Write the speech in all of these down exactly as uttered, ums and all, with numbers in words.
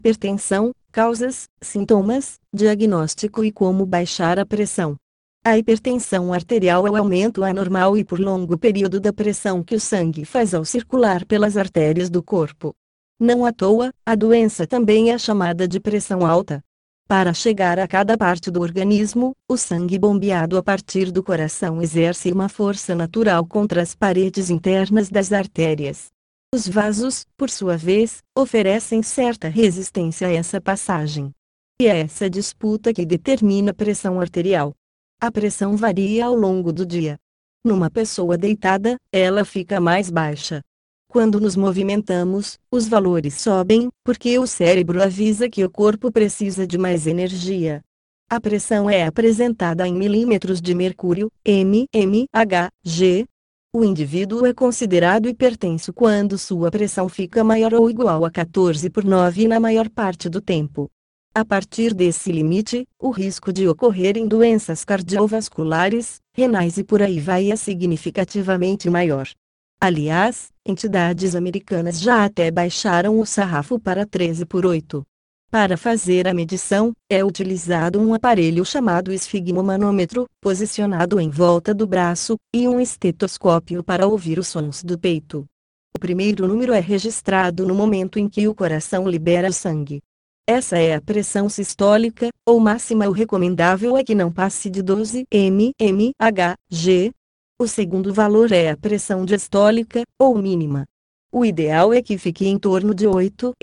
Hipertensão, causas, sintomas, diagnóstico e como baixar a pressão. A hipertensão arterial é o aumento anormal e por longo período da pressão que o sangue faz ao circular pelas artérias do corpo. Não à toa, a doença também é chamada de pressão alta. Para chegar a cada parte do organismo, o sangue bombeado a partir do coração exerce uma força natural contra as paredes internas das artérias. Os vasos, por sua vez, oferecem certa resistência a essa passagem. E é essa disputa que determina a pressão arterial. A pressão varia ao longo do dia. Numa pessoa deitada, ela fica mais baixa. Quando nos movimentamos, os valores sobem, porque o cérebro avisa que o corpo precisa de mais energia. A pressão é apresentada em milímetros de mercúrio, mmHg. O indivíduo é considerado hipertenso quando sua pressão fica maior ou igual a quatorze por nove na maior parte do tempo. A partir desse limite, o risco de ocorrerem doenças cardiovasculares, renais e por aí vai é significativamente maior. Aliás, entidades americanas já até baixaram o sarrafo para treze por oito. Para fazer a medição, é utilizado um aparelho chamado esfigmomanômetro, posicionado em volta do braço, e um estetoscópio para ouvir os sons do peito. O primeiro número é registrado no momento em que o coração libera sangue. Essa é a pressão sistólica, ou máxima. O recomendável é que não passe de doze mmHg. O segundo valor é a pressão diastólica, ou mínima. O ideal é que fique em torno de oito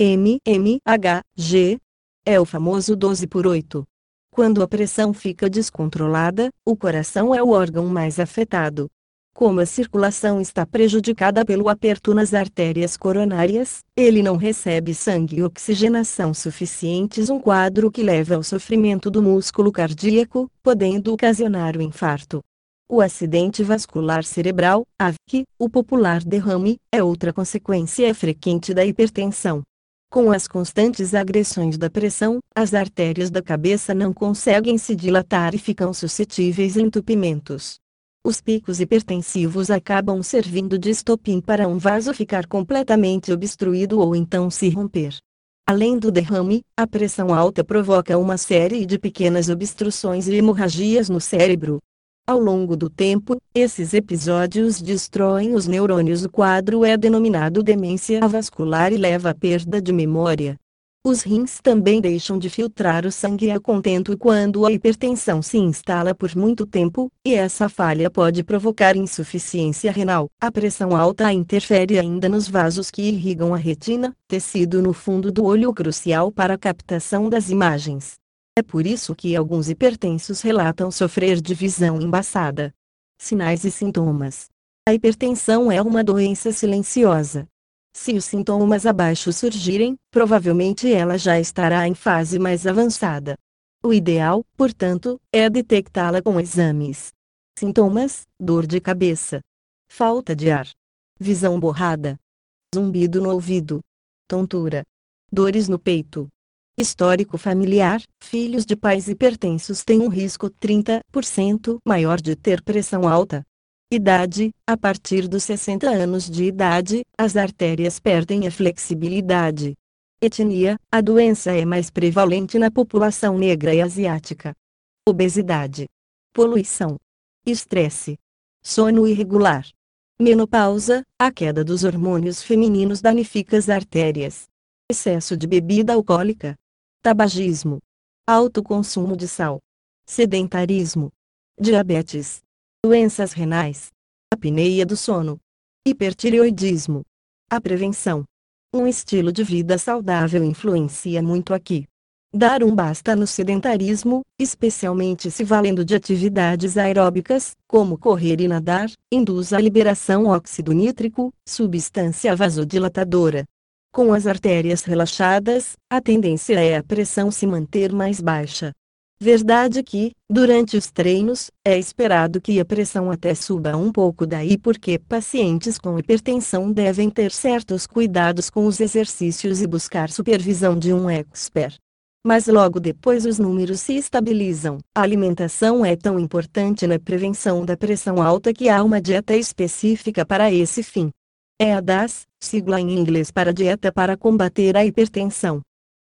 mmHg. É o famoso doze por oito. Quando a pressão fica descontrolada, o coração é o órgão mais afetado. Como a circulação está prejudicada pelo aperto nas artérias coronárias, ele não recebe sangue e oxigenação suficientes, um quadro que leva ao sofrimento do músculo cardíaco, podendo ocasionar o infarto. O acidente vascular cerebral, A V C, o popular derrame, é outra consequência frequente da hipertensão. Com as constantes agressões da pressão, as artérias da cabeça não conseguem se dilatar e ficam suscetíveis a entupimentos. Os picos hipertensivos acabam servindo de estopim para um vaso ficar completamente obstruído ou então se romper. Além do derrame, a pressão alta provoca uma série de pequenas obstruções e hemorragias no cérebro. Ao longo do tempo, esses episódios destroem os neurônios. O quadro é denominado demência vascular e leva à perda de memória. Os rins também deixam de filtrar o sangue a contento quando a hipertensão se instala por muito tempo, e essa falha pode provocar insuficiência renal. A pressão alta interfere ainda nos vasos que irrigam a retina, tecido no fundo do olho crucial para a captação das imagens. É por isso que alguns hipertensos relatam sofrer de visão embaçada. Sinais e sintomas. A hipertensão é uma doença silenciosa. Se os sintomas abaixo surgirem, provavelmente ela já estará em fase mais avançada. O ideal, portanto, é detectá-la com exames. Sintomas: dor de cabeça, falta de ar, visão borrada, zumbido no ouvido, tontura, dores no peito. Histórico familiar: filhos de pais hipertensos têm um risco trinta por cento maior de ter pressão alta. Idade: a partir dos sessenta anos de idade, as artérias perdem a flexibilidade. Etnia: a doença é mais prevalente na população negra e asiática. Obesidade, poluição, estresse, sono irregular, menopausa: a queda dos hormônios femininos danifica as artérias. Excesso de bebida alcoólica, tabagismo, alto consumo de sal, sedentarismo, diabetes, doenças renais, apneia do sono, hipertireoidismo. A prevenção. Um estilo de vida saudável influencia muito aqui. Dar um basta no sedentarismo, especialmente se valendo de atividades aeróbicas, como correr e nadar, induz a liberação óxido nítrico, substância vasodilatadora. Com as artérias relaxadas, a tendência é a pressão se manter mais baixa. Verdade que, durante os treinos, é esperado que a pressão até suba um pouco, daí porque pacientes com hipertensão devem ter certos cuidados com os exercícios e buscar supervisão de um expert. Mas logo depois os números se estabilizam. A alimentação é tão importante na prevenção da pressão alta que há uma dieta específica para esse fim. É a D A S, sigla em inglês para Dieta para Combater a Hipertensão.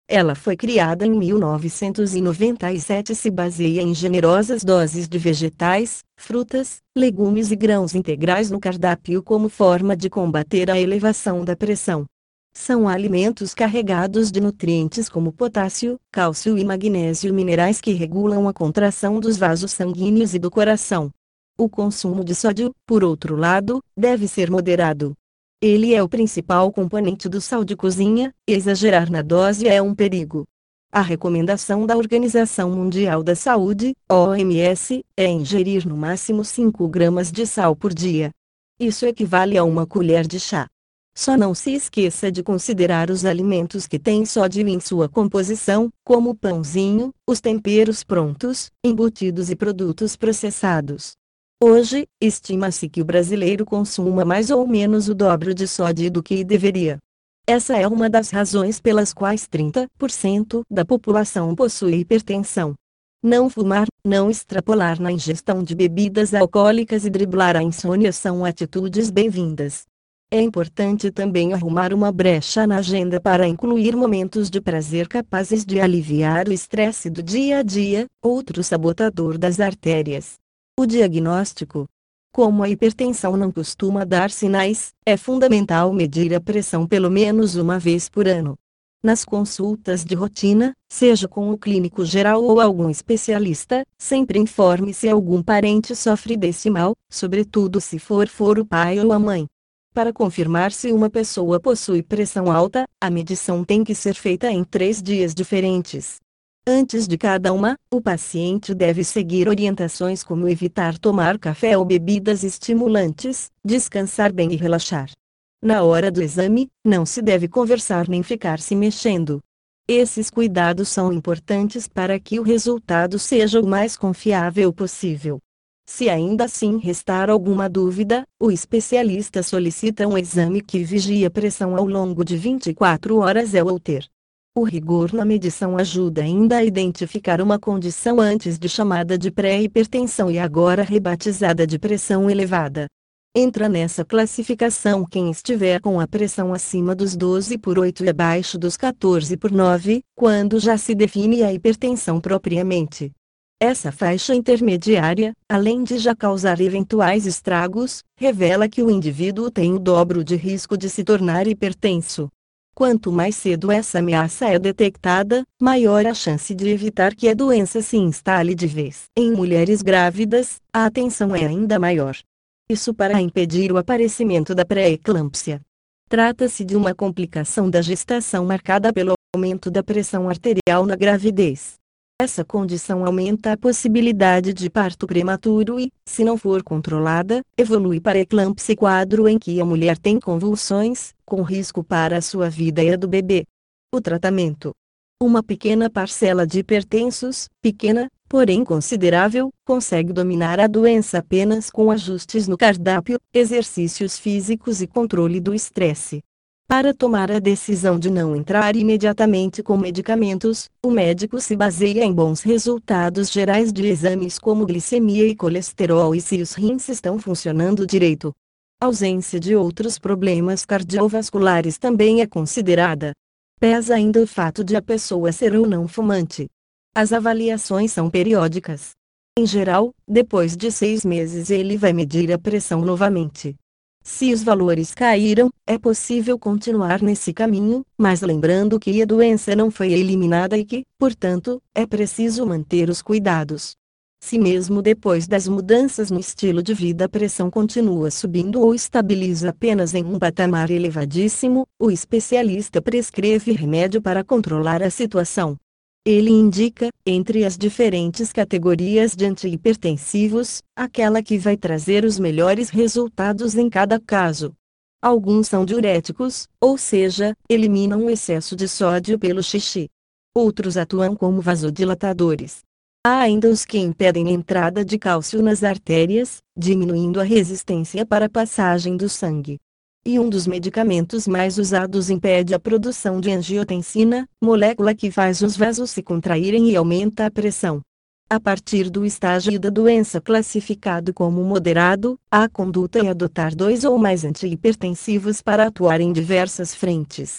Ela foi criada em mil novecentos e noventa e sete e se baseia em generosas doses de vegetais, frutas, legumes e grãos integrais no cardápio como forma de combater a elevação da pressão. São alimentos carregados de nutrientes como potássio, cálcio e magnésio, minerais que regulam a contração dos vasos sanguíneos e do coração. O consumo de sódio, por outro lado, deve ser moderado. Ele é o principal componente do sal de cozinha, e exagerar na dose é um perigo. A recomendação da Organização Mundial da Saúde, O M S, é ingerir no máximo cinco gramas de sal por dia. Isso equivale a uma colher de chá. Só não se esqueça de considerar os alimentos que têm sódio em sua composição, como o pãozinho, os temperos prontos, embutidos e produtos processados. Hoje, estima-se que o brasileiro consuma mais ou menos o dobro de sódio do que deveria. Essa é uma das razões pelas quais trinta por cento da população possui hipertensão. Não fumar, não extrapolar na ingestão de bebidas alcoólicas e driblar a insônia são atitudes bem-vindas. É importante também arrumar uma brecha na agenda para incluir momentos de prazer capazes de aliviar o estresse do dia a dia, outro sabotador das artérias. O diagnóstico. Como a hipertensão não costuma dar sinais, é fundamental medir a pressão pelo menos uma vez por ano. Nas consultas de rotina, seja com o clínico geral ou algum especialista, sempre informe se algum parente sofre desse mal, sobretudo se for for o pai ou a mãe. Para confirmar se uma pessoa possui pressão alta, a medição tem que ser feita em três dias diferentes. Antes de cada uma, o paciente deve seguir orientações como evitar tomar café ou bebidas estimulantes, descansar bem e relaxar. Na hora do exame, não se deve conversar nem ficar se mexendo. Esses cuidados são importantes para que o resultado seja o mais confiável possível. Se ainda assim restar alguma dúvida, o especialista solicita um exame que vigie a pressão ao longo de vinte e quatro horas e ou ter. O rigor na medição ajuda ainda a identificar uma condição antes de chamada de pré-hipertensão e agora rebatizada de pressão elevada. Entra nessa classificação quem estiver com a pressão acima dos doze por oito e abaixo dos quatorze por nove, quando já se define a hipertensão propriamente. Essa faixa intermediária, além de já causar eventuais estragos, revela que o indivíduo tem o dobro de risco de se tornar hipertenso. Quanto mais cedo essa ameaça é detectada, maior a chance de evitar que a doença se instale de vez. Em mulheres grávidas, a atenção é ainda maior. Isso para impedir o aparecimento da pré-eclâmpsia. Trata-se de uma complicação da gestação marcada pelo aumento da pressão arterial na gravidez. Essa condição aumenta a possibilidade de parto prematuro e, se não for controlada, evolui para eclâmpsia, quadro em que a mulher tem convulsões, com risco para a sua vida e a do bebê. O tratamento. Uma pequena parcela de hipertensos, pequena, porém considerável, consegue dominar a doença apenas com ajustes no cardápio, exercícios físicos e controle do estresse. Para tomar a decisão de não entrar imediatamente com medicamentos, o médico se baseia em bons resultados gerais de exames como glicemia e colesterol e se os rins estão funcionando direito. A ausência de outros problemas cardiovasculares também é considerada. Pesa ainda o fato de a pessoa ser ou não fumante. As avaliações são periódicas. Em geral, depois de seis meses ele vai medir a pressão novamente. Se os valores caíram, é possível continuar nesse caminho, mas lembrando que a doença não foi eliminada e que, portanto, é preciso manter os cuidados. Se mesmo depois das mudanças no estilo de vida a pressão continua subindo ou estabiliza apenas em um patamar elevadíssimo, o especialista prescreve remédio para controlar a situação. Ele indica, entre as diferentes categorias de antihipertensivos, aquela que vai trazer os melhores resultados em cada caso. Alguns são diuréticos, ou seja, eliminam o excesso de sódio pelo xixi. Outros atuam como vasodilatadores. Há ainda os que impedem a entrada de cálcio nas artérias, diminuindo a resistência para a passagem do sangue. E um dos medicamentos mais usados impede a produção de angiotensina, molécula que faz os vasos se contraírem e aumenta a pressão. A partir do estágio da doença classificado como moderado, a conduta é adotar dois ou mais antihipertensivos para atuar em diversas frentes.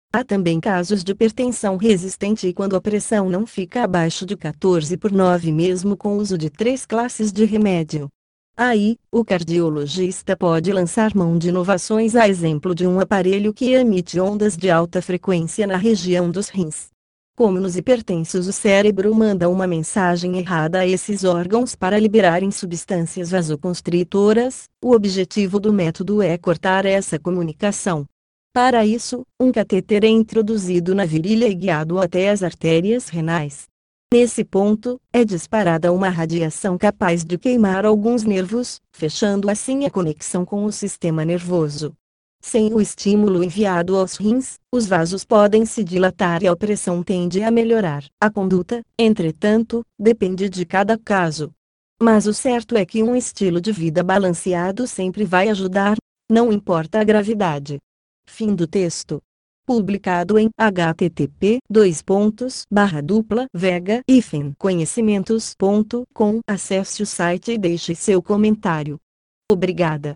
Há também casos de hipertensão resistente quando a pressão não fica abaixo de quatorze por nove mesmo com o uso de três classes de remédio. Aí, o cardiologista pode lançar mão de inovações a exemplo de um aparelho que emite ondas de alta frequência na região dos rins. Como nos hipertensos o cérebro manda uma mensagem errada a esses órgãos para liberarem substâncias vasoconstritoras, o objetivo do método é cortar essa comunicação. Para isso, um catéter é introduzido na virilha e guiado até as artérias renais. Nesse ponto, é disparada uma radiação capaz de queimar alguns nervos, fechando assim a conexão com o sistema nervoso. Sem o estímulo enviado aos rins, os vasos podem se dilatar e a pressão tende a melhorar. A conduta, entretanto, depende de cada caso. Mas o certo é que um estilo de vida balanceado sempre vai ajudar, não importa a gravidade. Fim do texto. Publicado em h t t p dois pontos barra dupla vega hífen conhecimentos ponto com. Acesse o site e deixe seu comentário. Obrigada.